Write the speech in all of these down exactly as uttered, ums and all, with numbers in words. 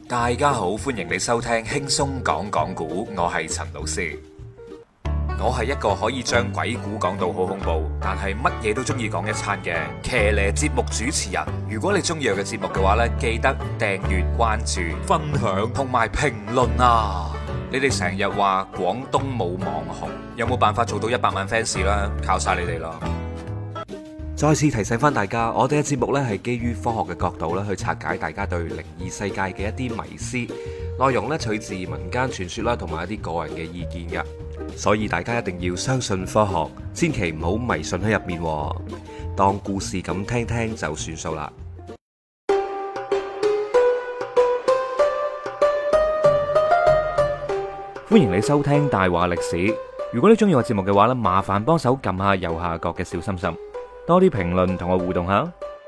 大家好，歡迎你收聽輕鬆講講古，我係陳老師。我係一個可以將鬼故講到好恐怖，但係乜嘢都中意講一餐嘅騎呢節目主持人。如果你中意我嘅節目嘅話呢，記得訂閱、關注、分享同埋評論啊！你哋成日話廣東冇網紅，有冇辦法做到一百萬 fans 啦？靠晒你哋啦！再次提醒翻大家，我哋嘅節目呢係基於科學嘅角度咧去拆解大家對靈異世界嘅一啲迷思，內容呢取自民間傳說啦，同埋一啲個人嘅意見嘅，所以大家一定要相信科學，千祈唔好迷信喺入面，當故事咁聽聽就算數啦。歡迎你收聽大話歷史。如果你中意我節目嘅話呢，麻煩幫手撳下右下角嘅小心心，多啲評論同我互動下。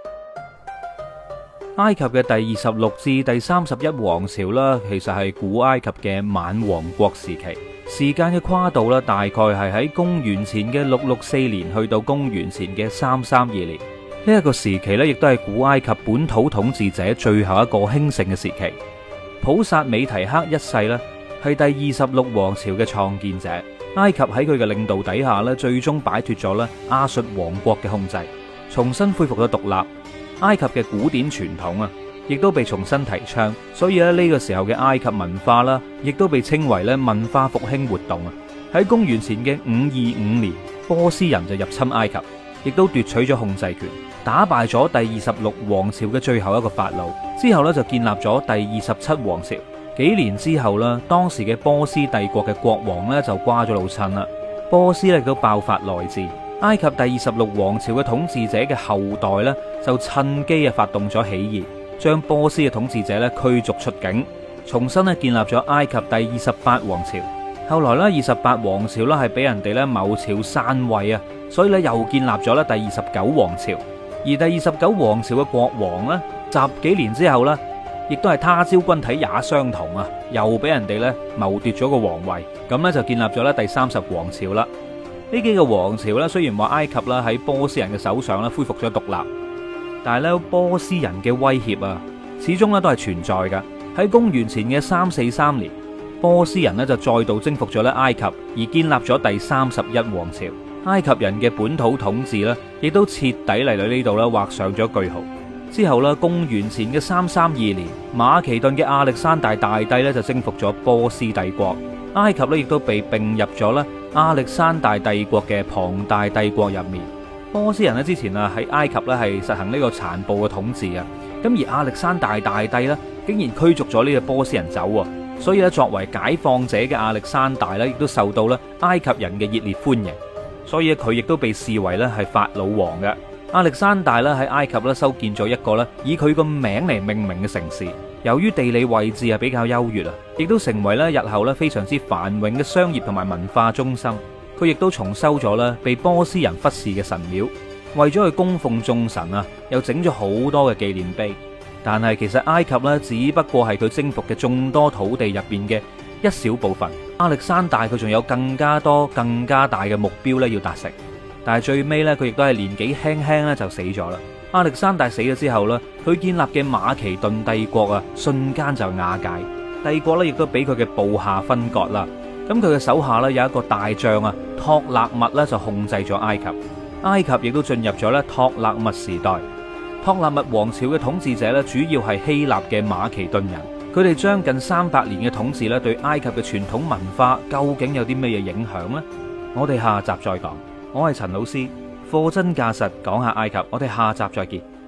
埃及嘅第二十六至第三十一王朝啦，其實係古埃及嘅晚王國時期，時間嘅跨度啦，大概係喺公元前嘅六六四年去到公元前嘅三三二年。呢一個時期咧，亦都係古埃及本土統治者最後一個興盛嘅時期。普薩美提克一世咧，係第二十六王朝嘅創建者。埃及喺佢嘅領導底下咧，最終擺脫咗咧亞述王國嘅控制，重新恢復咗獨立。埃及嘅古典傳統啊，亦都被重新提倡，所以咧呢個時候嘅埃及文化啦，亦都被稱為咧文化復興活動啊。喺公元前嘅五二五年，波斯人就入侵埃及，亦都奪取咗控制權，打敗咗第二十六王朝嘅最後一個法老，之後咧就建立咗第二十七王朝。幾年之後啦，當時嘅波斯帝國嘅國王咧就瓜咗老襯啦，波斯咧都爆發內戰。埃及第二十六王朝嘅統治者嘅後代咧就趁機啊發動咗起義，將波斯嘅統治者咧驅逐出境，重新咧建立咗埃及第二十八王朝。後來咧二十八王朝咧係俾人哋咧謀朝篡位啊，所以咧又建立咗咧第二十九王朝。而第二十九王朝嘅國王咧，十幾年之後咧，亦都係他朝君體也相同啊，又俾人哋咧謀奪咗個皇位，咁咧就建立咗咧第三十王朝啦。呢幾個王朝咧，雖然話埃及啦喺波斯人嘅手上咧恢復咗獨立，但係咧波斯人嘅威脅啊，始終咧都係存在噶。喺公元前嘅三四三年，波斯人咧就再度征服咗咧埃及，而建立咗第三十一王朝。埃及人嘅本土統治咧，亦都徹底嚟到呢度咧畫上咗句號。之後咧，公元前嘅三三二年，馬其頓嘅亞歷山大大帝咧就征服咗波斯帝國，埃及咧亦都被併入咗咧亞歷山大帝國嘅龐大帝國入面。波斯人咧之前啊喺埃及咧係實行呢個殘暴嘅統治啊，咁而亞歷山大大帝咧竟然驅逐咗呢個波斯人走啊，所以咧作為解放者嘅亞歷山大咧亦都受到咧埃及人嘅熱烈歡迎，所以佢亦都被視為咧係法老王嘅。亞歷山大咧喺埃及咧修建咗一個咧以佢個名嚟命名嘅城市，由於地理位置係比較優越啊，亦都成為咧日後咧非常之繁榮嘅商業同埋文化中心。佢亦都重修咗咧被波斯人忽視嘅神廟，為咗去供奉眾神啊，又整咗好多嘅紀念碑。但係其實埃及咧只不過係佢征服嘅眾多土地入邊嘅一小部分。亞歷山大佢仲有更加多更加大嘅目標咧要達成。但係最尾咧，佢亦都係年紀輕輕咧就死咗啦。亞歷山大死咗之後咧，佢建立嘅馬其頓帝國啊，瞬間就瓦解。帝國咧亦都俾佢嘅部下分割啦。咁佢嘅手下咧有一個大將啊，托勒密咧就控制咗埃及。埃及亦都進入咗咧托勒密時代。托勒密王朝嘅統治者咧，主要係希臘嘅馬其頓人。佢哋將近三百年嘅統治咧，對埃及嘅傳統文化究竟有啲咩嘢影響呢？我哋下集再講。我係陳老師，貨真價實講下埃及，我哋下集再見。